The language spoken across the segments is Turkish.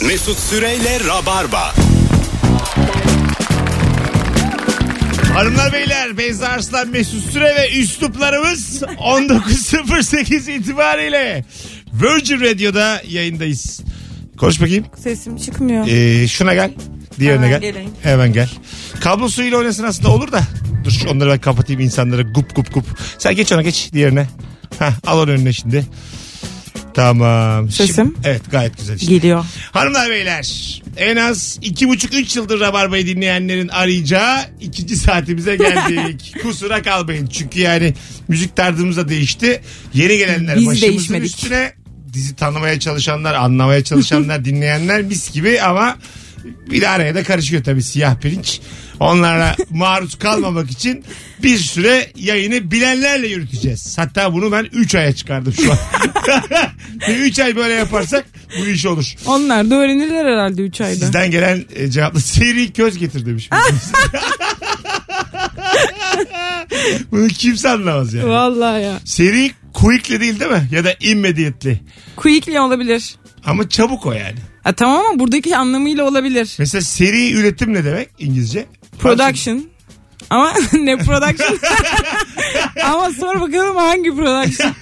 Mesut Süreyle Rabarba. Hanımlar beyler, Beyza Arslan, Mesut Süre ve üsluplarımız 19.08 itibariyle Virgin Radio'da yayındayız. Konuş bakayım. Sesim çıkmıyor. Şuna gel. Diğerine Hemen gel. geleyim. Hemen gel. Kablosuyla oynasın aslında olur da. Dur onları ben kapatayım, insanlara gup gup gup. Sen geç ona, geç diğerine. Heh, al onu önüne şimdi. Tamam. Sesim? Şimdi, evet, gayet güzel işte. Geliyor. Hanımlar beyler, en az 2,5-3 yıldır Rabarba'yı dinleyenlerin arayacağı 2. saatimize geldik. Kusura kalmayın çünkü yani müzik tarzımız da değişti. Yeni gelenler Biz başımızın değişmedik. üstüne, dizi tanımaya çalışanlar, anlamaya çalışanlar, dinleyenler mis gibi ama bir de araya da karışıyor tabii siyah pirinç. Onlara maruz kalmamak için bir süre yayını bilenlerle yürüteceğiz. Hatta bunu ben 3 aya çıkardım şu an. 3 ay böyle yaparsak bu iş olur. Onlar da öğrenirler herhalde 3 ayda. Sizden gelen cevapla seri köz getir demiş. Bunu kimse anlamaz yani. Vallahi ya. Seri quickly değil mi? Ya da immediately. Quickly olabilir. Ama çabuk o yani. Ha, tamam ama buradaki anlamıyla olabilir. Mesela seri üretim ne demek İngilizce? Production. Ama ne production? Ama sor bakalım hangi production?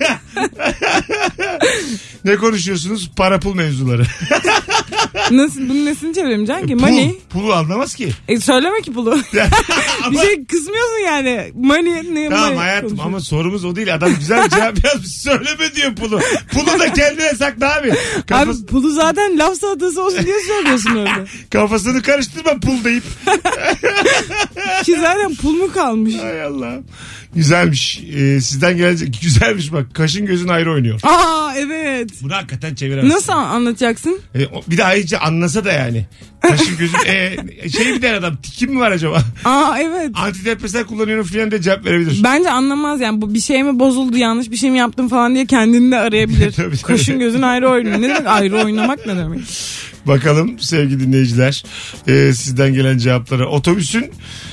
Ne konuşuyorsunuz? Para pul mevzuları. Nasıl, bunun nesini çeviremeyeceksin ki? Money. Pulu anlamaz ki. Söyleme ki pulu. Ama, Bir şey kısmıyorsun yani. Money ne? tamam money hayatım konuşuyor. ama sorumuz o değil. Adam güzel cevap yazmış. Söyleme diyor pulu. Pulu da kendine sakla abi. Abi pulu zaten laf salatası olsun diye söylüyorsun orada. Kafasını karıştırma pul deyip. Ki zaten pul mu kalmış? Hay Allah. Güzelmiş. Sizden gelecek. Güzelmiş bak. Kaşın gözün ayrı oynuyor. Aa evet. Bunu hakikaten çeviremezsin. Nasıl anlatacaksın? Bir de ayrıca anlasa da yani. Kaşın gözün. Şey bir de adam. Tikim mi var acaba? Aa evet. Antidepresan kullanıyorum filan diye cevap verebilir. Bence anlamaz yani, bu bir şey mi bozuldu, yanlış bir şey mi yaptım falan diye kendini de arayabilir. Tabii, tabii. Kaşın gözün ayrı oynuyor. Ne demek ayrı oynamak, ne demek? Bakalım sevgili dinleyiciler, sizden gelen cevaplara. Otobüsün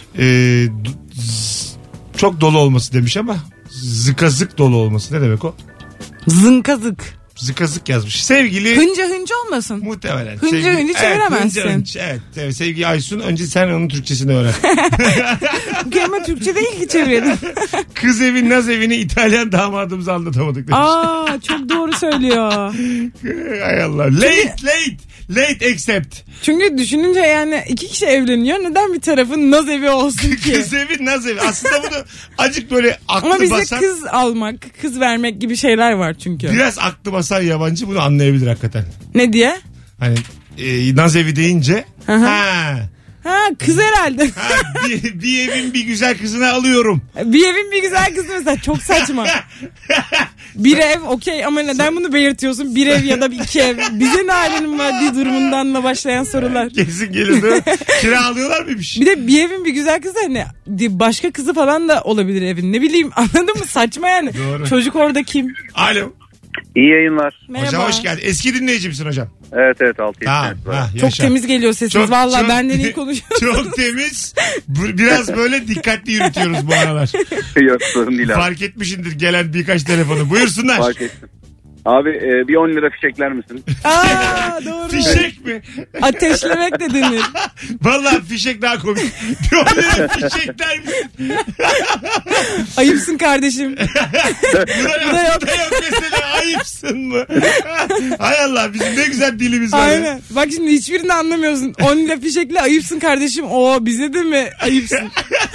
çok dolu olması demiş ama zıkazık dolu olması ne demek o? Zınkazık. Zıkazık yazmış. Sevgili Hınca hınca olmasın. muhtemelen. Hınca hınca çeviremezsin. Hınca hınca, evet. Sevgili Aysun, önce sen onun Türkçesini öğren. Bu kelime Türkçe değil ki çevirelim. Kız evi naz evini İtalyan damadımıza anlatamadık demiş. Aa çok doğru söylüyor. Hay Allah. Late accept. Çünkü düşününce yani 2 kişi evleniyor. Neden bir tarafın naz evi olsun ki? Kız evi naz evi. Aslında bunu acık böyle aklı Ama bizde basan. kız almak, kız vermek gibi şeyler var çünkü. Biraz aklı basan yabancı bunu anlayabilir hakikaten. Ne diye? Hani naz evi deyince. Hı hı. Ha kız herhalde. Bir evin bir güzel kızını alıyorum. Bir evin bir güzel kızı mesela, çok saçma. Bir ev okey ama neden bunu belirtiyorsun? Bir ev ya da 2 ev. Bize ne ailenin maddi durumundanla başlayan sorular. Kesin gelir değil mi? Kira alıyorlar mıymış? Bir de bir evin bir güzel kızı hani başka kızı falan da olabilir evin. Ne bileyim, anladın mı? Saçma yani. Doğru. Çocuk orada kim? Alo. İyi yayınlar. Merhaba. Hocam hoş geldin. Eski dinleyici misin hocam? Evet 6 Tamam. Çok temiz geliyor sesiniz. Valla benden iyi konuşuyorsunuz. Çok temiz. Biraz böyle dikkatli yürütüyoruz bu aralar. Yok sorun değil abi. Fark etmişindir gelen birkaç telefonu. Buyursunlar. Fark ettim. Abi bir 10 lira fişekler misin? Aa doğru. Fişek mi? Ateşlemek de denir. Vallahi fişek daha komik. Diyorum fişekler mi? Ayıpsın kardeşim. Bu da yok mesela, ayıpsın mı? Hay Allah, bizim ne güzel dilimiz var. Aynen. Ya. Bak şimdi hiçbirini anlamıyorsun. 10 lira fişekle ayıpsın kardeşim. Oo bize de mi ayıpsın?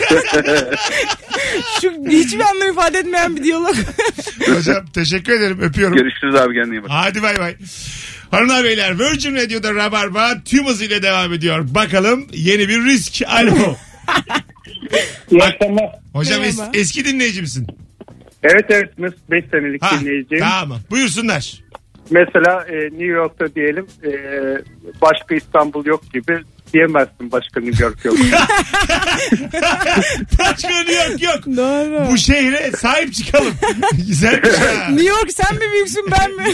Şu hiçbir anlam ifade etmeyen bir diyalog. Hocam teşekkür ederim, öpüyorum. Görüşürüz abi, kendine iyi bak. Hadi bay bay. Hanımlar beyler, Virgin Radio'da Rabarba tüm hızıyla devam ediyor. Bakalım yeni bir risk. Alo. İyi akşamlar. Hocam Merhaba. eski dinleyici misin? Evet 5 senelik dinleyiciyim. Tamam, buyursunlar. Mesela New York'ta diyelim başka İstanbul yok gibi diyemezsin, başka New York yok. Başka New York yok. Doğru. Bu şehre sahip çıkalım. Güzel bir şey. New York sen mi büyüksün ben mi?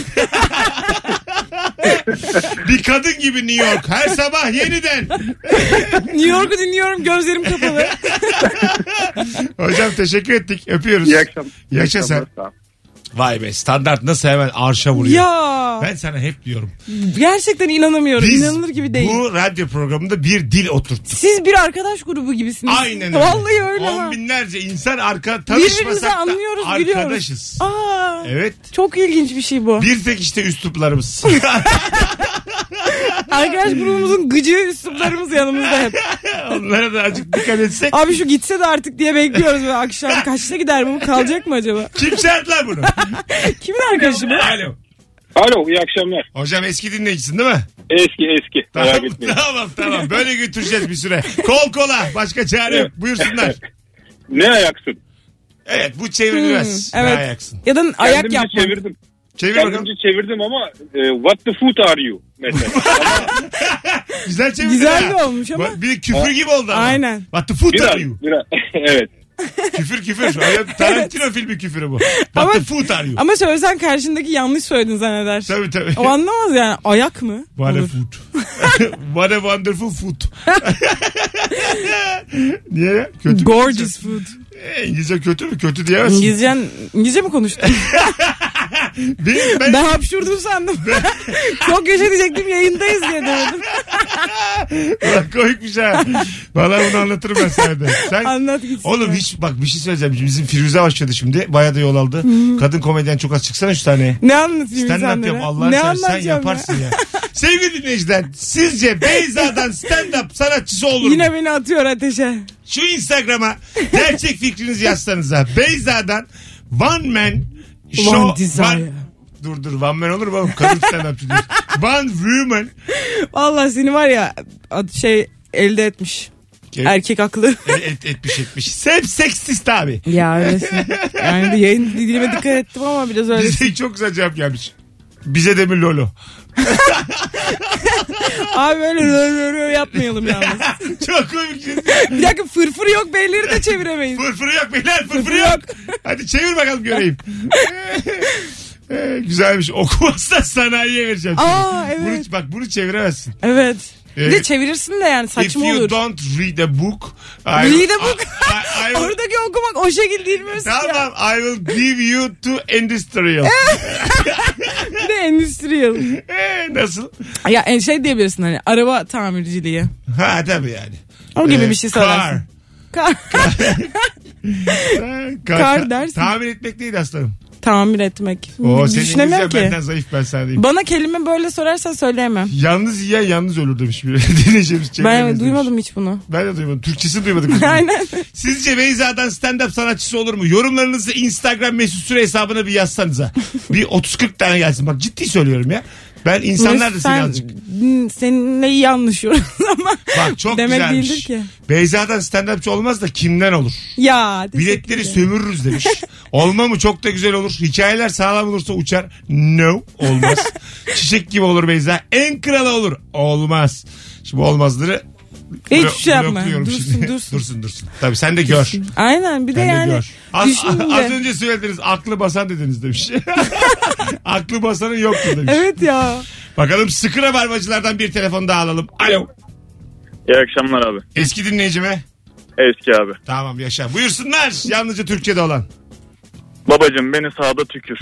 Bir kadın gibi New York. Her sabah yeniden. New York'u dinliyorum, gözlerim kapalı. Hocam teşekkür ettik. Öpüyoruz. İyi akşamlar. Yaşa sen. Sağ ol. Vay be, standart nasıl hemen arşa vuruyor. Ya. Ben sana hep diyorum. Gerçekten inanamıyorum. Biz İnanılır gibi değil. bu radyo programında bir dil oturttuk. Siz bir arkadaş grubu gibisiniz. Aynen öyle. Vallahi öyle. On ha. binlerce insan Birbirimizi tanışmasak da anlıyoruz, arkadaşız. biliyoruz. Aa, Evet. çok ilginç bir şey bu. Bir tek işte üsluplarımız. Arkadaş grubumuzun gıcığı üsluplarımız yanımızda hep. Onlara da azıcık dikkat etsek. Abi şu gitse de artık diye bekliyoruz böyle akşam. Kaçta gider bu? Kalacak mı acaba? Kim çağırdılar bunu? Kimin arkadaşı bu? Alo. Alo, iyi akşamlar. Hocam eski dinleyicisin değil mi? Eski. Tamam, Merak etmeyin. tamam. Böyle götüreceğiz bir süre. Kol kola. Başka çare yok. Buyursunlar. Ne ayaksın? Evet, bu çevrilmez. Ne Evet. ayaksın? Ya da ayak Kendimce yapmak. çevirdim. Çevir bakalım. Kendimce çevirdim ama what the foot are you mesela. Güzel çevirdin Güzel ha. de olmuş ama. Bir de küfür gibi oldu ama. Aynen. What the foot are you? Biraz. Evet. Küfür. Öyle Tarantino filmi küfürü bu. What the foot are you? Ama söylesen karşındaki yanlış söyledin zanneder. Tabii. O anlamaz yani. Ayak mı? What a Olur. foot. What a wonderful foot. Niye ya? Kötü mü? Gorgeous food. İngilizce kötü mü? Kötü diyemezsin. İngilizce mi konuştun? Ben Ben hapşurdum sandım. Çok yaşa diyecektim, yayındayız diye demedim. Ulan komikmiş ha. Valla bunu anlatırım ben sana da. Sen, Anlat gitsin. oğlum hiç bak bir şey söyleyeceğim. Bizim Firuze başladı şimdi. Bayağı da yol aldı. Kadın komedyen çok az, çıksana şu sahneye. Ne anlatayım Stand up insanlara? yap Allah'ın Ne seversen sen anlatacağım yaparsın ya. Sevgili dinleyiciler, sizce Beyza'dan stand up sanatçısı olur mu? Yine beni atıyor ateşe. Şu Instagram'a gerçek fikrinizi yazsanıza. Beyza'dan one man show. One desire. Dur one man olur mu oğlum? Kadın stand-upçı diyorsun. One woman. Vallahi seni var ya elde etmiş. Erkek aklı. Etmiş. Hep seksist abi. Ya öylesin. Yani de yayın dilime dikkat ettim ama biraz öyle. Bize çok güzel cevap gelmiş. Bize de mi Lolo? Abi öyle yapmayalım yalnız. Çok komik. Bir dakika, fırfır yok beyleri de çeviremeyiz. Fırfırı yok beyler, fırfırı yok. Hadi çevir bakalım göreyim. Güzelmiş. Okumazsan sanayiye vereceğim. Aa, evet. Bunu çeviremezsin. Evet. Bir de çevirirsin de yani saçma If you olur. don't read a book. Read a book. I will, Oradaki okumak o şekil değil mi? tamam. I will give you to industrial. Bir de endüstriyel. Nasıl? Ya şey diyebilirsin hani araba tamirciliği. Ha tabii yani. O gibi bir şey söylersin. Kar dersin. Tamir etmek neydi aslanım? Tamir etmek. O senin Düşünemiyorum İngilizce ki. benden zayıf, ben sana diyeyim. Bana kelime böyle sorarsan söyleyemem. Yalnız yiyen yalnız ölür demiş biri. Dinleyeceğimiz Ben duymadım hiç bunu. Ben de duymadım. Türkçesini duymadık. Aynen. Sizce Beyza'dan stand-up sanatçısı olur mu? Yorumlarınızı Instagram mesut süre hesabına bir yazsanıza. Bir 30-40 tane gelsin. Bak ciddi söylüyorum ya. Ben insanlar da seni azıcık. Seninle iyi anlaşıyoruz ama Bak çok demek güzelmiş. değildir ki. Beyza'dan stand-upçı olmaz da kimden olur? Ya Biletleri sömürürüz demiş. Olma mı çok da güzel olur. Hikayeler sağlam olursa uçar. No, olmaz. Çiçek gibi olur Beyza. En kralı olur. Olmaz. Şimdi olmazları hiçbir şey yapma. blokluyorum Dursun. şimdi. Dursun. Tabii sen de gör. Aynen, bir de Sen de yani gör. Az önce söylediniz aklı basan dediniz demiş. Aklı basanın yoktur demiş. Evet ya. Bakalım sıkı rabarbacılardan bir telefon daha alalım. Alo. İyi akşamlar abi. Eski dinleyici mi? Eski abi. Tamam yaşa. Buyursunlar. Yalnızca Türkiye'de olan. Babacım beni sağda tükür.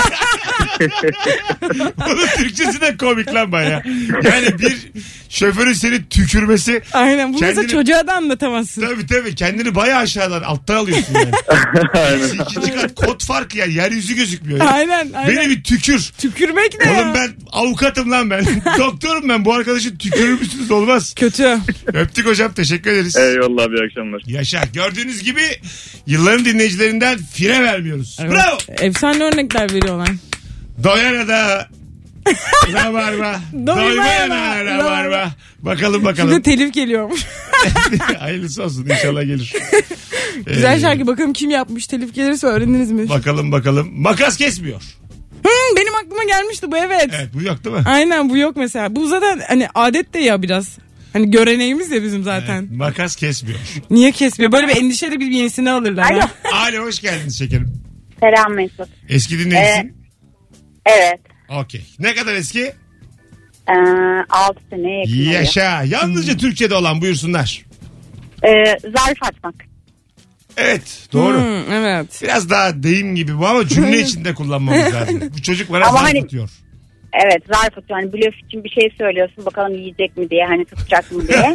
Bunun Türkçesi de komik lan baya. Yani bir şoförün seni tükürmesi. Aynen. Bu mesela Kendini- çocuğa da anlatamazsın. Tabii kendini baya aşağıdan alttan alıyorsun yani. Aynen. İkinci kat kod farkı yani. Yeryüzü gözükmüyor. Ya. Aynen. Beni bir tükür. Tükürmek ne ya? Oğlum ben avukatım lan ben. Doktorum ben. Bu arkadaşı tükürür müsünüz? Olmaz. Kötü. Öptük hocam. Teşekkür ederiz. Eyvallah, iyi akşamlar. Yaşa. Gördüğünüz gibi yılların dinleyicilerinden fire vermiyoruz. Evet. Bravo. Efsane örnekler veriyorlar. Doyana da rabarba. Doymayana rabarba. Bakalım. Şimdi telif geliyormuş. Hayırlısı olsun. İnşallah gelir. Güzel şarkı. Bakalım kim yapmış, telif gelirse öğreniriz mi? Bakalım. Makas kesmiyor. Benim aklıma gelmişti bu, evet. Evet bu yok değil mi? Aynen, bu yok mesela. Bu zaten hani adet de ya biraz. Hani göreneğimiz ya bizim zaten. Evet, makas kesmiyor. Niye kesmiyor? Böyle bir endişeli bir yenisini alırlar. Alo. Ha? Alo hoş geldiniz şekerim. Selam Mesut. Eski dinleyicisin. Evet. Okey. Ne kadar eski? 6 seneye yakın oluyor. Yaşa. Yalnızca Türkçe'de olan buyursunlar. Zarf atmak. Evet doğru. Evet. Biraz daha deyim gibi bu ama cümle içinde kullanmamız lazım. Bu çocuk bana Ama zarf hani- atıyor. Evet, zarf atıyor. Hani blöf için bir şey söylüyorsun, bakalım yiyecek mi diye, hani tutacak mı diye.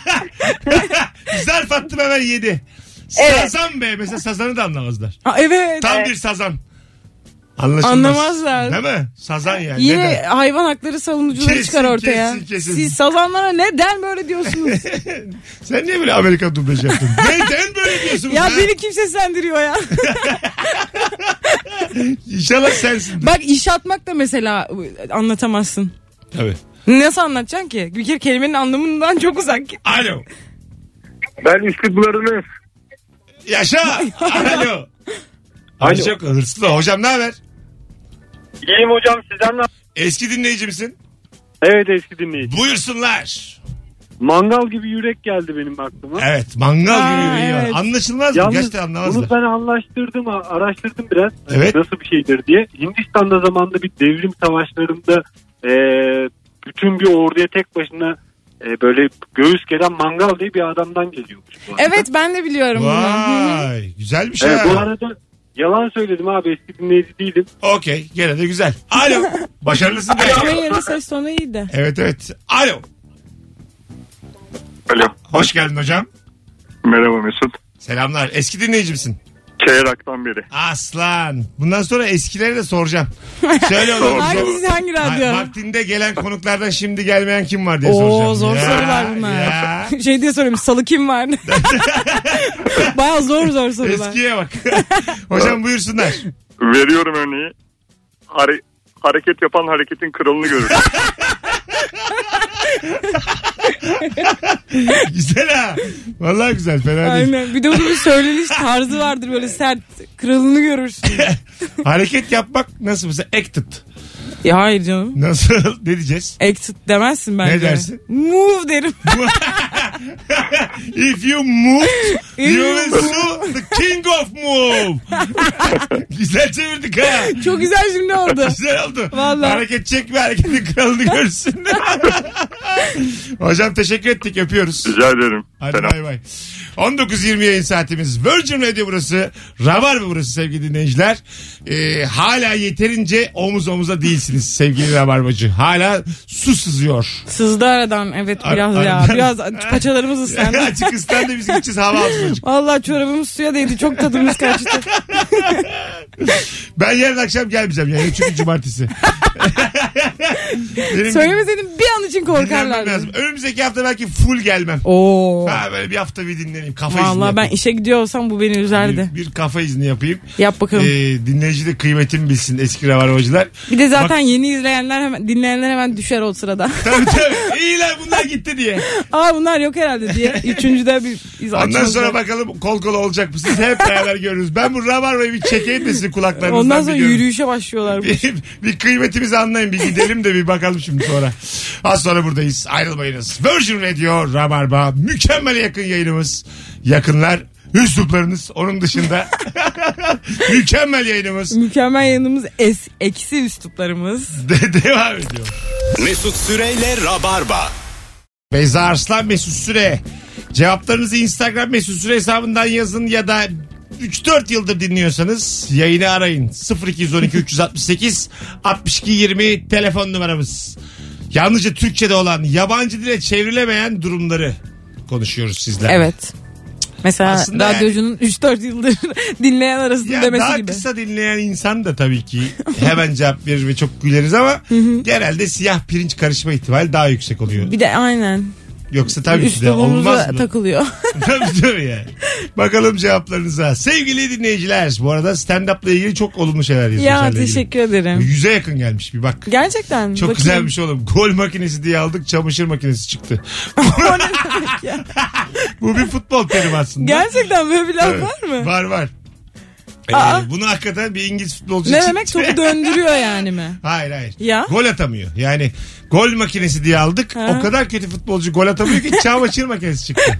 Zarf attım hemen yedi. Evet. Sazan be. Mesela sazanı da anlamazlar. Evet. Tam bir sazan. Anlaşılmaz. Anlamazlar. Değil mi? Sazan yani. Yine Neden? hayvan hakları savunucuları Kesin, çıkar ortaya. kesin. Siz sazanlara neden böyle diyorsunuz? Sen niye böyle Amerikan dublajı yaptın? Neden böyle diyorsunuz? Ya ha? beni kim seslendiriyor ya? İnşallah sensin. Bak iş atmak da mesela anlatamazsın. Tabii. Nasıl anlatacaksın ki? Bir kere kelimenin anlamından çok uzak. Alo. Ben üsluplarını Yaşa. Alo. Ay çok hırslı. Hocam ne haber? İyiyim hocam, sizden ne? Eski dinleyici misin? Evet, eski dinleyici. Buyursunlar. Mangal gibi yürek geldi benim aklıma. Evet mangal Aa, gibi yüreği var. evet. Anlaşılmaz mı? Yalnız Gerçekten anlamazlar. bunu ben araştırdım biraz. Evet. Nasıl bir şeydir diye. Hindistan'da zamanında bir devrim savaşlarında bütün bir orduya tek başına böyle göğüs gelen Mangal diye bir adamdan geliyormuş bu arada. Evet ben de biliyorum bunu. Vay güzel bir şey. Evet, ha. bu arada yalan söyledim abi, eski dinleyici değilim. Okey gene de güzel. Alo. Başarılısın. Ama yine ses tonu iyiydi. Evet. Alo. Alo. Hoş geldin hocam. Merhaba Mesut. Selamlar. Eski dinleyici misin? Çeyrak'tan beri. Aslan. Bundan sonra eskileri de soracağım. Söyle oğlum. Hangi radyo? Vaktinde gelen konuklardan şimdi gelmeyen kim var diye Oo, soracağım. zor sorular bunlar. Ya. Şey diye soruyorum, salı kim var? Baya zor sorular. Eskiye bak. Hocam buyursunlar. Veriyorum örneği. Hareket yapan hareketin kralını görür. Güzel ha. Vallahi güzel fena değil. Aynen. Bir de onun bir söyleniş tarzı vardır, böyle sert. Kralını görürsün. Hareket yapmak nasıl mesela acted. Ya hayır canım. Nasıl? Ne diyeceğiz? Exit demezsin bence. Ne dersin? Move derim. If you move, you will see the king of move. Güzel çevirdik ha. Çok güzel cümle oldu. Güzel oldu. Vallahi. Hareket çek ve hareketin kralını görsün. Hocam teşekkür ettik. Öpüyoruz. Rica ederim. Hadi Selam. bay bay. 19.20 yayın saatimiz. Virgin Radio burası. Rabarba burası sevgili dinleyiciler. Hala yeterince omuz omuza değilsiniz sevgili Rabarbacı. Hala su sızıyor. Sızdı aradan evet biraz ya. Aradan. Biraz paçalarımız ıslandı. Açık ıslandı biz gideceğiz hava alsın. Vallahi çorabımız suya değdi. Çok tadımız kaçtı. Ben yarın akşam gelmeyeceğim yani çünkü cumartesi. Benim Söylemeseydin bir an için dinlenmem korkarlardı. lazım. Önümüzdeki hafta belki full gelmem. Oo. Ha, böyle bir hafta bir dinleneyim. Kafa izni Vallahi ben yapayım. işe gidiyor olsam bu beni üzerdi. Bir kafa izni yapayım. Yap bakalım. Dinleyici de kıymetimi bilsin eski Rabarbacılar. Bir de zaten yeni izleyenler hemen, dinleyenler hemen düşer o sırada. Tabii. İyiler bunlar gitti diye. Aa bunlar yok herhalde diye. Üçüncüde bir iz Ondan açmazlar. sonra bakalım kol kola olacak mısınız? Hep beraber görürüz. Ben bu Rabarba'yı bir çekeyim de sizin kulaklarınızdan Ondan sonra biliyorum. yürüyüşe başlıyorlar. Bir kıymetimizi anlayın. Bir gidelim de bir bakalım şimdi sonra. Az sonra buradayız. Ayrılmayınız. Virgin Radio Rabarba. Mükemmel yakın yayınımız. Yakınlar üsluplarınız. Onun dışında mükemmel yayınımız. Mükemmel yanımız eksi üsluplarımız. Devam ediyor. Mesut Süreyle Rabarba. Beyza Arslan Mesut Süre. Cevaplarınızı Instagram Mesut Süre hesabından yazın ya da 3-4 yıldır dinliyorsanız yayını arayın. 0212 368 62 20 telefon numaramız. Yalnızca Türkçe'de olan, yabancı dile çevrilemeyen durumları konuşuyoruz sizlerle. Evet. Mesela Aslında radyocunun 3-4 yıldır dinleyen arasında Ya demesi daha gibi. kısa dinleyen insan da tabii ki hemen cevap verir ve çok güleriz ama genelde siyah pirinç karışma ihtimali daha yüksek oluyor. Bir de aynen. Yoksa tabii ki de olmaz Üslubumuza mı? takılıyor. tabii yani. Bakalım cevaplarınıza. Sevgili dinleyiciler, bu arada stand-up'la ilgili çok olumlu şeyler yazıyor. Ya seninle ilgili. teşekkür ederim. 100'e yakın gelmiş bir bak. Gerçekten. Çok bakayım. güzel bir şey oğlum. Gol makinesi diye aldık, çamaşır makinesi çıktı. O ne demek ya? Bu bir futbol terimi aslında. Gerçekten böyle bir laf Evet, var mı? Var var. Aa. Bunu hakikaten bir İngiliz futbolcu Ne çıktı. demek, topu döndürüyor yani mi? Hayır. Ya? Gol atamıyor. Yani gol makinesi diye aldık. Ha. O kadar kötü futbolcu gol atamıyor ki çamaşır makinesi çıktı.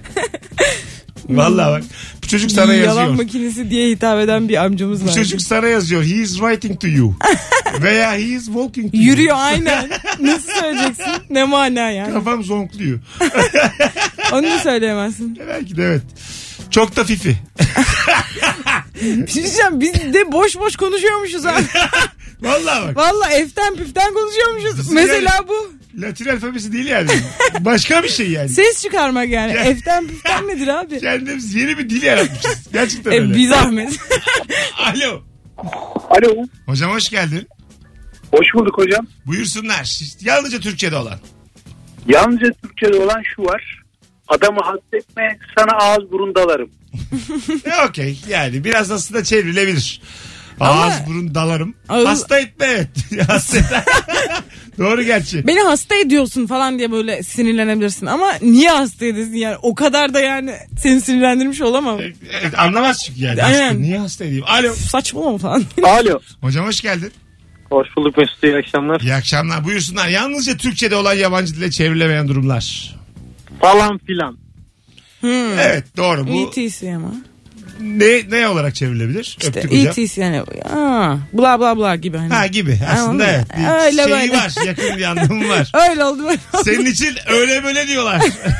Vallahi bak. Bu çocuk sana Yalan yazıyor. makinesi diye hitap eden bir amcamız Bu var. çocuk sana yazıyor. He is writing to you. Veya he is walking to you. Yürüyor aynen. Nasıl söyleyeceksin? Ne mana yani? Kafam zonkluyor. Onu da söyleyemezsin. Belki de evet. Çok da fifi. Bir şey diyeceğim, biz de boş boş konuşuyormuşuz ha. Vallahi bak. Vallahi eften püften konuşuyormuşuz. Biz Mesela yani- bu. Latin alfabesi değil yani. Başka bir şey yani. Ses çıkarmak yani. Ya- Eften püften nedir abi? Kendimiz yeni bir dil yaratmışız. Gerçekten öyle. Bir zahmet. Alo. Alo. Hocam hoş geldin. Hoş bulduk hocam. Buyursunlar. Yalnızca Türkçe'de olan. Yalnızca Türkçe'de olan şu var. Adamı hasretme, sana ağız burun dalarım. Okey. Yani biraz aslında çevrilebilir. Ama- Ağız burun dalarım. Ağız- Hasta etme evet. Hasta et- Doğru gerçi. Beni hasta ediyorsun falan diye böyle sinirlenebilirsin. Ama niye hasta ediyorsun yani? O kadar da yani seni sinirlendirmiş olamam. Evet, anlamaz çünkü yani. Aynen. Hasta, niye hasta edeyim? Alo. Saçmalama falan. Alo. Hocam hoş geldin. Hoş bulduk Mesut, iyi akşamlar. İyi akşamlar. Buyursunlar. Yalnızca Türkçe'de olan yabancı dile çevrilemeyen durumlar. Falan filan. Evet doğru. Bu ETC ama. ne olarak çevrilebilir? İşte Öptük hocam. ETC yani. Bla bla bla gibi hani. Ha gibi. Aslında Anladın evet. mı? Bir Öyle şeyi böyle. var. Yakın bir anlamı var. Öyle oldu böyle oldu. Senin için öyle böyle diyorlar.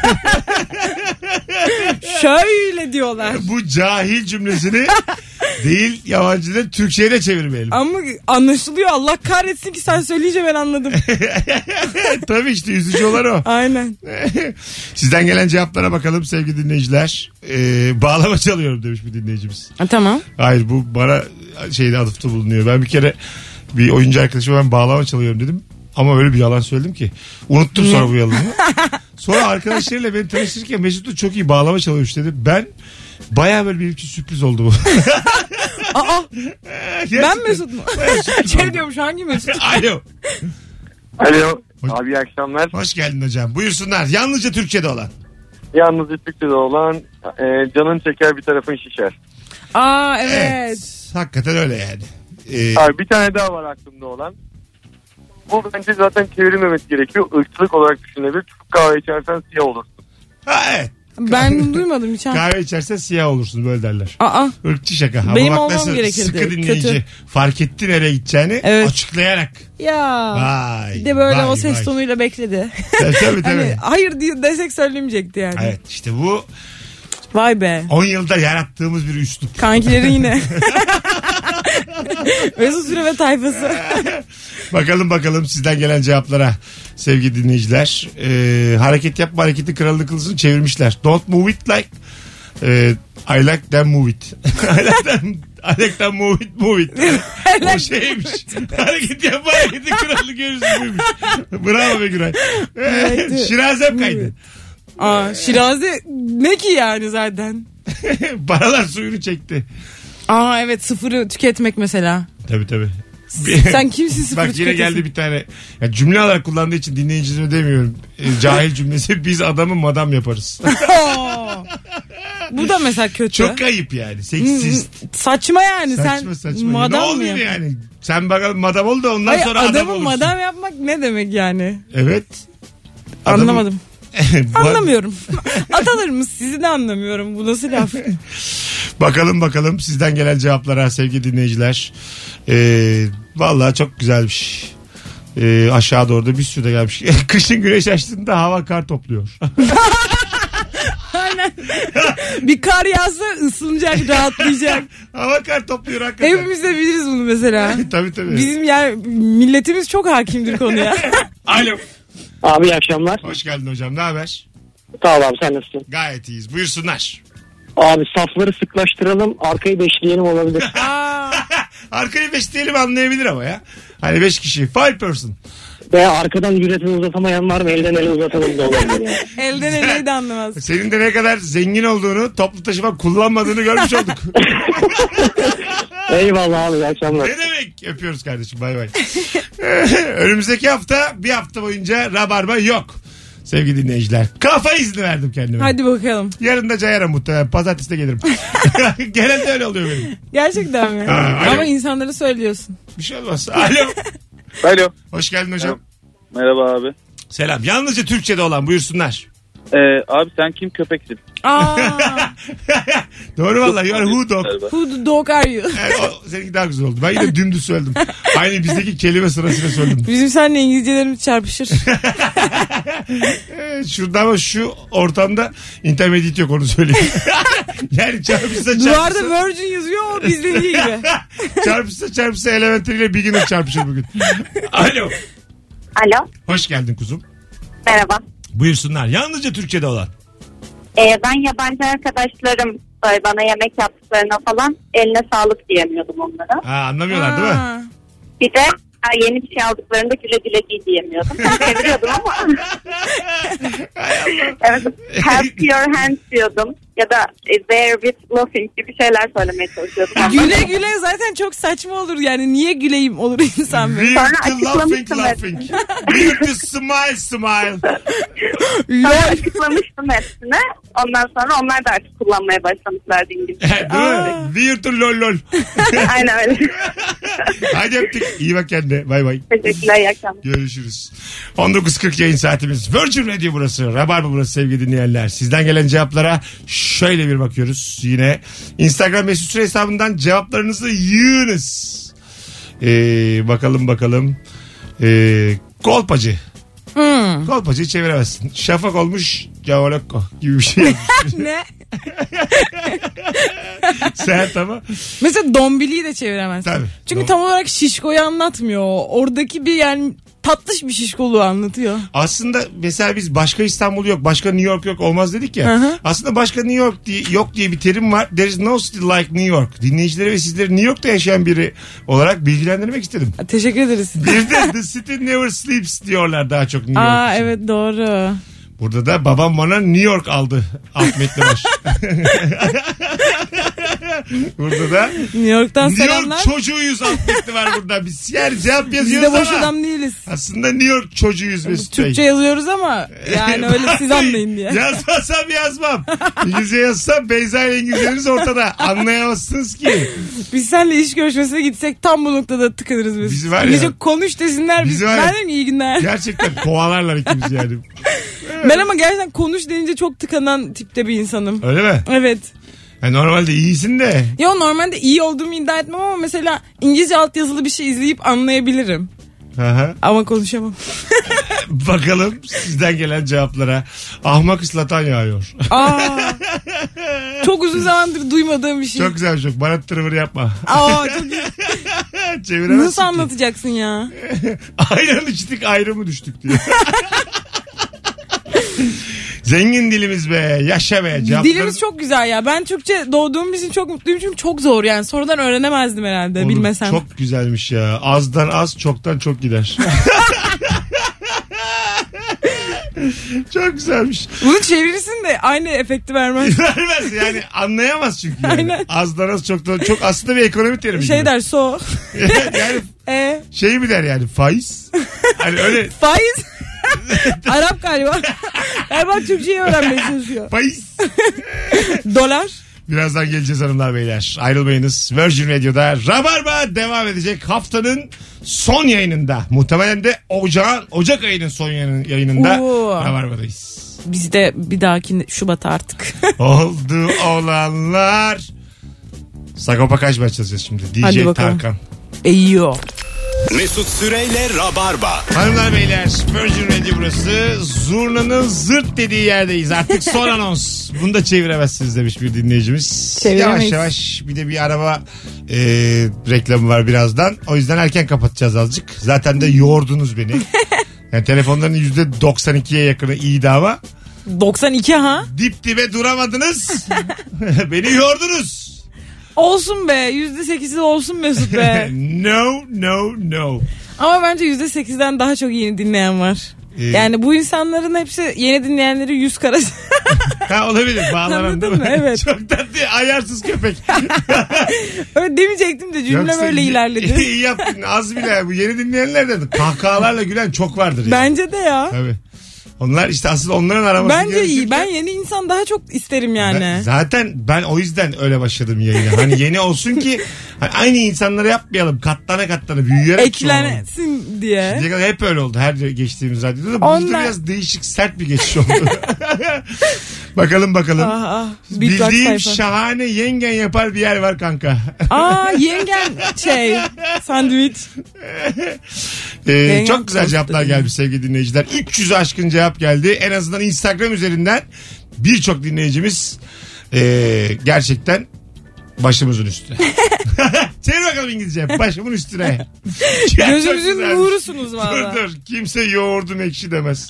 Şöyle diyorlar. Bu cahil cümlesini değil yabancı dil Türkçe'ye de çevirmeyelim. Ama anlaşılıyor, Allah kahretsin ki sen söyleyince ben anladım. Tabii işte üzücü olan o. Aynen. Sizden gelen cevaplara bakalım sevgili dinleyiciler. Bağlama çalıyorum demiş bir dinleyicimiz. Tamam. Hayır bu bana şeyde atıfta bulunuyor. Ben bir kere bir oyuncu arkadaşıma ben bağlama çalıyorum dedim. Ama öyle bir yalan söyledim ki. Unuttum sonra bu yalanı. Sonra arkadaşlarıyla beni tanıştırırken Mesut çok iyi bağlama çalıyormuş dedi. Ben bayağı böyle bir iki sürpriz oldu bu. Aa, Gerçekten. ben Mesut mu? Şey diyormuş, hangi Mesut? Alo. Alo. Hoş- Abi iyi akşamlar. Hoş geldin hocam. Buyursunlar. Yalnızca Türkçe'de olan. Yalnızca Türkçe'de olan canın çeker bir tarafın şişer. Aa evet. Hakikaten öyle yani. Abi bir tane daha var aklımda olan. Bu bence zaten çevrilmemesi gerekiyor. Irkçılık olarak düşünülebilir. Çok kahve içersen siyah olursun. Ha, evet. Ben bunu duymadım hiç. Kahve içersen siyah olursun böyle derler. Aa. Irkçı şaka. Ama Benim bak olmam nasıl gerekirdi. sıkı dinleyici. Kötü. Fark etti nereye gideceğini Evet. açıklayarak. Ya. Vay. Bir de böyle vay, o ses vay. tonuyla bekledi. Tabii. Hani hayır desek söylemeyecekti yani. Evet işte bu Vay be. 10 yılda yarattığımız bir üslup. Kankileri yine. Mesut Süre ve tayfası. Bakalım sizden gelen cevaplara sevgili dinleyiciler. Hareket yapma hareketi kralını kılsın çevirmişler. Don't move it like I like them move it. I like them move it. O şeymiş. Hareket yapma hareketi kralı görürsün buymuş. Bravo be Güray. Evet. Şirazem kaydı. Aa, Şirazi ne ki yani zaten. Paralar suyunu çekti. Aa evet, sıfırı tüketmek mesela. Tabii. Sen kimsin sıfırı Bak yine tüketiyorsun? geldi bir tane. Ya cümle olarak kullandığı için dinleyicime demiyorum. Cahil cümlesi biz adamı madam yaparız. Bu da mesela kötü. Çok ayıp yani. Seksist. Saçma yani. Saçma. Sen Ne madam mı oluyor yapıyorsun? yani? Sen bakalım madam ol da ondan Hayır, sonra adam adamı olursun. madam yapmak ne demek yani? Evet. Anlamadım. Bu- Anlamıyorum. Atalarımız, sizi de anlamıyorum. Bu nasıl laf? Bakalım sizden gelen cevaplara sevgili dinleyiciler. Vallahi çok güzelmiş. Aşağı doğru da bir sürü de gelmiş. Kışın güneş açtığında hava kar topluyor. Aynen. Bir kar yağsa ısınacak, rahatlayacak. Hava kar topluyor hakikaten. Hepimiz de biliriz bunu mesela. Tabii. Bizim yani milletimiz çok hakimdir konuya. Alo. Abi iyi akşamlar. Hoş geldin hocam. Ne haber? Sağ ol abi, sen nasılsın? Gayet iyiyiz. Buyursunlar. Abi safları sıklaştıralım, arkayı beşleyelim olabilir. Aa, Arkayı beşleyelim anlayabilir ama ya. Hani 5 kişi. 5 person. Veya arkadan yüretini uzatamayan var mı, elden ele uzatalım da olabilir yani. elden eleyi de anlamaz. Senin de ne kadar zengin olduğunu, toplu taşıma kullanmadığını görmüş olduk. Eyvallah abi, iyi akşamlar. Ne demek? Öpüyoruz kardeşim. Bay bay. Önümüzdeki hafta bir hafta boyunca Rabarba yok. Sevgili dinleyiciler. Kafa izni verdim kendime. Hadi bakalım. Yarın da cayarım muhtemelen. Pazartesi de gelirim. Genelde öyle oluyor benim. Gerçekten mi? Ha, alo. Ama insanlara söylüyorsun. Bir şey olmaz. Alo. Alo. Hoş geldin hocam. Merhaba abi. Selam. Yalnızca Türkçe'de olan buyursunlar. Abi sen kim köpeksin? Aa, Doğru vallahi. You are who dog. who the dog are you? Yani seninki daha güzel oldu. Ben yine dümdüz söyledim. Aynı bizdeki kelime sırasıyla söyledim. Bizim seninle İngilizcelerimiz çarpışır. Şurada ama şu ortamda intermediate yok, onu söyleyeyim. Yani çarpışsa Duvarda Virgin yazıyor, o bizde değil gibi. çarpışsa Elementary ile beginner çarpışır bugün. Alo. Alo. Hoş geldin kuzum. Merhaba. Buyursunlar. Yalnızca Türkçe'de olan. Ben yabancı arkadaşlarım bana yemek yaptıklarına falan eline sağlık diyemiyordum onlara. Anlamıyorlar değil mi? Bir de yeni bir şey aldıklarında güle güle giy diyemiyordum. Ben çeviriyordum ama. Evet, help your hands diyordum. Ya da there with laughing gibi şeyler söylemeye çalışıyordum. Güle güle zaten çok saçma olur yani. Niye güleyim olur insan böyle. Sonra laughing. Weird to smile. Sonra açıklamıştım hepsine. Ondan sonra onlar da artık kullanmaya başlamışlardı İngilizce. Weird to lol. Aynen öyle. Hadi öptük. İyi bak kendine. Bay bay. Teşekkürler. İyi akşamlar. Görüşürüz. 19.40 yayın saatimiz. Virgin Radio burası. Rabarba burası sevgili dinleyenler. Sizden gelen cevaplara şöyle bir bakıyoruz. Yine Instagram mesut süre hesabından cevaplarınızı yığınız. Bakalım. Kolpacı. Kolpacıyı çeviremezsin. Şafak olmuş Cavolokko gibi bir şey yapmış. Ne? Sert ama. Mesela dombiliyi de çeviremezsin. Tabii. Çünkü tam olarak şişkoyu anlatmıyor. Oradaki bir yani tatlış bir şişkoluğu anlatıyor. Aslında mesela biz başka İstanbul yok, başka New York yok olmaz dedik ya. Hı. Aslında başka New York yok diye bir terim var. There is no city like New York. Dinleyicileri ve sizleri New York'ta yaşayan biri olarak bilgilendirmek istedim. Teşekkür ederiz. Bir de the city never sleeps diyorlar daha çok New York için. Evet doğru. Burada da babam bana New York aldı. Alt metni var. Burada da New York'tan New selamlar. York çocuğuyuz alt metni var burada. Biz yani cevap Biz yazıyoruz de boş ama adam değiliz. aslında New York çocuğuyuz Mesut Bey. Türkçe yazıyoruz ama yani öyle siz anlayın diye. Yazmasam yazmam. İngilizce yazsam Beyza ile İngilizceniz ortada. Anlayamazsınız ki. Biz seninle iş görüşmesine gitsek tam bu noktada tıkanırız biz. Bizi var ya. İngilizce konuş desinler. Bizi var ya. Ben derim iyi günler. Gerçekten kovalarlar ikimiz yani. Ben ama gerçekten konuş deyince çok tıkanan tipte bir insanım. Öyle mi? Evet. Yani normalde iyisin de. Yo normalde iyi olduğumu iddia etmem ama mesela İngilizce altyazılı bir şey izleyip anlayabilirim. Aha. Ama konuşamam. Bakalım sizden gelen cevaplara. Ahmak ıslatan yağıyor. Çok uzun zamandır duymadığım bir şey. Çok güzel çok. Bana tırvır yapma. Çok iyi. Çeviremezsin Nasıl ki. anlatacaksın ya? Ayran içtik ayrı mı düştük diyor. Zengin dilimiz be, yaşa be. Dilimiz çok güzel ya. Ben Türkçe doğduğum için çok mutluyum çünkü çok zor yani. Sonradan öğrenemezdim herhalde. Oğlum, bilmesem. çok güzelmiş ya. Azdan az, çoktan çok gider. Çok güzelmiş. Bunu çevirirsin de aynı efekti vermez. Vermez yani, anlayamaz çünkü. Yani. Aynen. Azdan az, çoktan çok, aslında bir ekonomi terimi. Şey der so. Yani şey mi der yani, faiz? Hani öyle. Faiz. Arap galiba. Galiba Türkçeyi öğrenmeye çalışıyor. Faiz. Dolar. Birazdan geleceğiz hanımlar beyler. Ayrılmayınız. Virgin Radio'da Rabarba devam edecek haftanın son yayınında. Muhtemelen de Ocak ayının son yayınında Rabarba'dayız. Biz de bir dahaki Şubat artık. Oldu olanlar. Sagopa Kajmer çalacağız şimdi. DJ Tarkan. Eyyo. Mesut Süreyle Rabarba. Hanımlar beyler, Virgin Radio burası. Zurnanın zırt dediği yerdeyiz. Artık son anons. Bunu da çeviremezsiniz demiş bir dinleyicimiz. Yavaş yavaş bir de bir araba reklamı var birazdan. O yüzden erken kapatacağız azıcık. Zaten de yoğurdunuz beni. Yani telefonların %92'ye yakını iyiydi ama 92 ha? dip dibe duramadınız. Beni yordunuz. Olsun be, %8'i de olsun Mesut be. No. Ama bence %8'den daha çok yeni dinleyen var. Yani bu insanların hepsi yeni dinleyenleri 100 kara. Ha, olabilir, bağlanan. Anladın mı? Evet. Çok tatlı, ayarsız köpek. Öyle demeyecektim de cümlem öyle ilerledi. İyi yaptın, az bile. Bu yeni dinleyenlerden kahkahalarla gülen çok vardır. Yani. Bence de ya. Tabii. Onlar işte asıl onların araması. Bence iyi. Ben yeni insan daha çok isterim yani. Zaten ben o yüzden öyle başladım yayına. Hani yeni olsun ki Aynı insanlara yapmayalım. Katlana katlana büyüyerek. Eklensin diye. Şimdiye kadar hep öyle oldu. Her geçtiğimiz radyoda da. Burada biraz değişik sert bir geçiş oldu. Bakalım. Bildiğim şahane yengen yapar bir yer var kanka. Yengen sandviç. Çok güzel cevaplar gelmiş sevgili dinleyiciler. 300'ü aşkın cevap geldi. En azından Instagram üzerinden birçok dinleyicimiz gerçekten başımızın üstüne. Çevir bakalım İngilizce. Başımın üstüne. Gözümüzün nurusunuz valla. Dur. Kimse yoğurdum ekşi demez.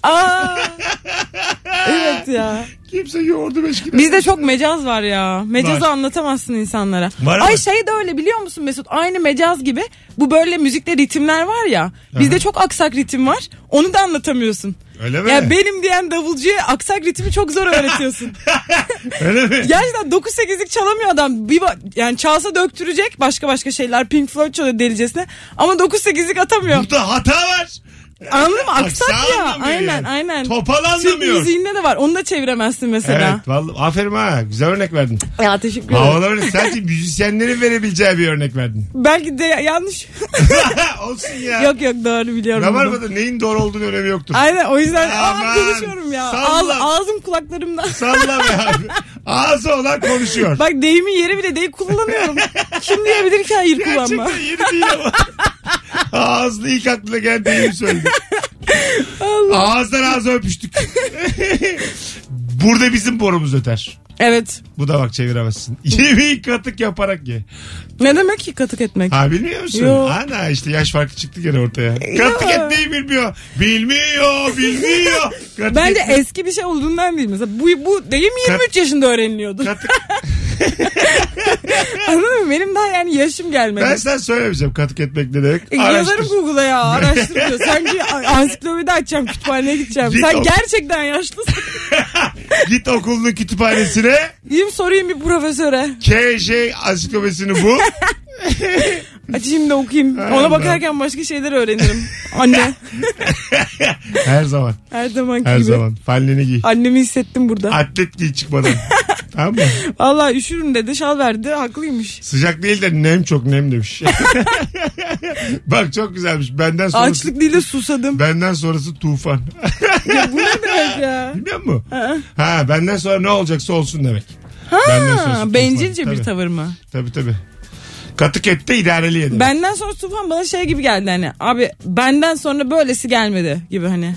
Evet ya. Kimse yoğurdum ekşi demez. Bizde çok mecaz var ya. Mecazı anlatamazsın insanlara. Ay de öyle biliyor musun Mesut? Aynı mecaz gibi. Bu böyle müzikte ritimler var ya. Bizde çok aksak ritim var. Onu da anlatamıyorsun. Öyle mi? Ya benim diyen davulcuya aksak ritmi çok zor öğretiyorsun. Öyle mi? Gerçekten 9-8'lik çalamıyor adam. Yani çalsa döktürecek başka şeyler. Pink Floyd çalıyor delicesine. Ama 9-8'lik atamıyor. Burada hata var. Anladın mı? Aksak ya. Yani. Aynen. Topal anlamıyor. Türk müziğinde de var. Onu da çeviremezsin mesela. Evet vallahi aferin ha. Güzel örnek verdin. Ya teşekkür ederim. Havaları sadece müzisyenlerin verebileceği bir örnek verdin. Belki de yanlış. Olsun ya. Yok doğru biliyorum. Rabarba'da neyin doğru olduğunu önemi yoktur. Aynen o yüzden konuşuyorum ya. Salla. Ağzım kulaklarımda. Salla be abi. Ağzı olan konuşuyor. Bak deyimin yeri bile değil kullanıyorum. Kim diyebilir ki hayır kullanma. Gerçekten yeri değil ama. Ağızlı ilk aklına gelen deyim söyledi. Ağızdan ağza öpüştük. Burada bizim borumuz öter. Evet. Bu da bak çeviremezsin. Yemeği katık yaparak ye. Ne demek ki katık etmek? Bilmiyor musun? Ana işte yaş farkı çıktı gene ortaya. Katık etmeyi bilmiyor. Bilmiyor. Bence eski bir şey olduğundan değil. Mesela bu deyim 23 yaşında öğreniliyordu. Katık. Anladın mı? Benim daha yani yaşım gelmedi. Ben sana söylemeyeceğim katık etmek ne demek. Yazarım Google'a ya araştır diyor. Sanki ansiklopedi açacağım kütüphaneye gideceğim. Sen gerçekten yaşlısın. Git okulun kütüphanesine. Gideyim sorayım bir profesöre. KJ ansiklopedisini bul. Açayım da okuyayım. Ona bakarken başka şeyler öğrenirim. Anne. Her zaman. Her zamanki Her gibi. zaman. Falleni giy. Annemi hissettim burada. Atlet giy çıkmadan. Tamam mı? Vallahi üşürüm dedi. Şal verdi. Haklıymış. Sıcak değil de nem çok nem demiş. Bak çok güzelmiş. Benden sonrası... Açlık değil de susadım. Benden sonrası tufan. Ya bu ne demek ya? Bilmiyor musun? Benden sonra ne olacaksa olsun demek. Bencilce bir tavır mı? Tabii. Katık et de idareli demek. Benden sonra tufan bana şey gibi geldi hani. Abi benden sonra böylesi gelmedi gibi hani.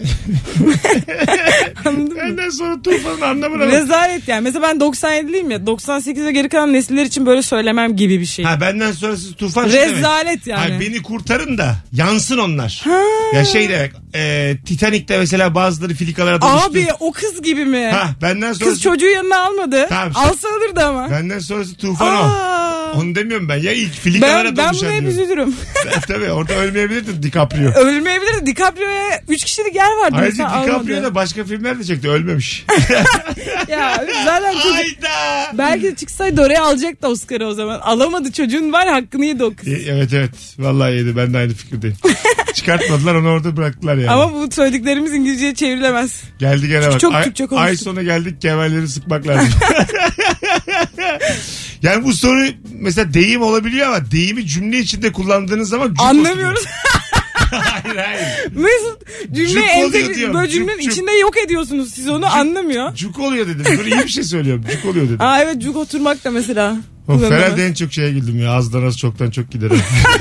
Anladın mı? Benden sonra tufanın anlamına bak. Rezalet yani. Mesela ben 97'liyim ya. 98 ve geri kalan nesiller için böyle söylemem gibi bir şey. Benden sonrası tufan. Rezalet yani. Beni kurtarın da yansın onlar. Ya şey demek. Titanic'te mesela bazıları filikalara dönüştü. Abi o kız gibi mi? Benden sonrası... Kız çocuğu yanına almadı. Tamam, alsa alırdı ama. Benden sonrası tufan o. Onu demiyorum ben. Ya ilk filikalara ben dönüşen buna hep diyorum. üzülürüm. Tabii orada ölmeyebilirdi DiCaprio. Ölmeyebilirdi. DiCaprio'ya 3 kişilik yer vardı. Ayrıca DiCaprio da başka filmler de çekti. Ölmemiş. Ya zaten çocuk. Belki de çıksaydı oraya alacaktı Oscar'ı o zaman. Alamadı, çocuğun var, hakkını yedi o kız. Evet. Vallahi yedi. Ben de aynı fikirdeyim. Çıkartmadılar, onu orada bıraktılar yani. Ama bu söylediklerimiz İngilizceye çevrilemez. Geldi gene bak. Çok Türkçe konuştuk. Ay sonu geldik, kemerleri sıkmak lazım. Yani bu soru mesela deyim olabiliyor ama deyimi cümle içinde kullandığınız zaman anlamıyoruz. Hayır. Mesut cümleyi entegre, böyle cümlenin içinde yok ediyorsunuz, siz onu anlamıyor. Cuk oluyor dedim. Dur, iyi bir şey söylüyorum. Cuk oluyor dedim. Evet, cuk oturmak da mesela. Herhalde en çok şeye güldüm ya. Azdan az çoktan çok gider.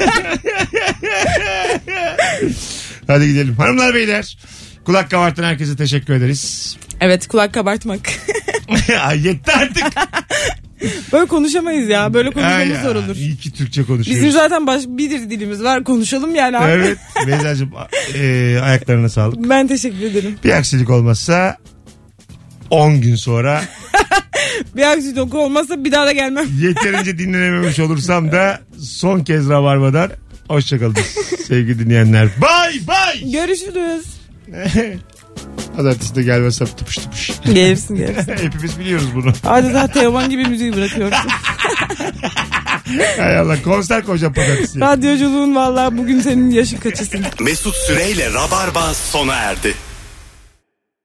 Hadi gidelim. Hanımlar beyler, kulak kabartan herkese teşekkür ederiz. Evet, kulak kabartmak. Yetti artık. Böyle konuşamayız ya. Böyle konuşmamız zor olur. İyi ki Türkçe konuşuyoruz. Bizim zaten bir dilimiz var. Konuşalım yani abi. Evet. Beyza'cığım ayaklarına sağlık. Ben teşekkür ederim. Bir aksilik olmazsa 10 gün sonra bir aksilik olmazsa bir daha da gelmem. Yeterince dinlenememiş olursam da son kez Rabarba'dan hoşçakalın sevgili dinleyenler. Bye. Görüşürüz. Pazartesi de gelmezsem tıpış. Gelirsin. Hepimiz biliyoruz bunu. Adeta Teoman gibi müziği bırakıyorsun. Hay Allah, konser koyacağım pazartesi. Radyoculuğun vallahi bugün senin yaşın kaçısın. Mesut Süreyle Rabarba sona erdi.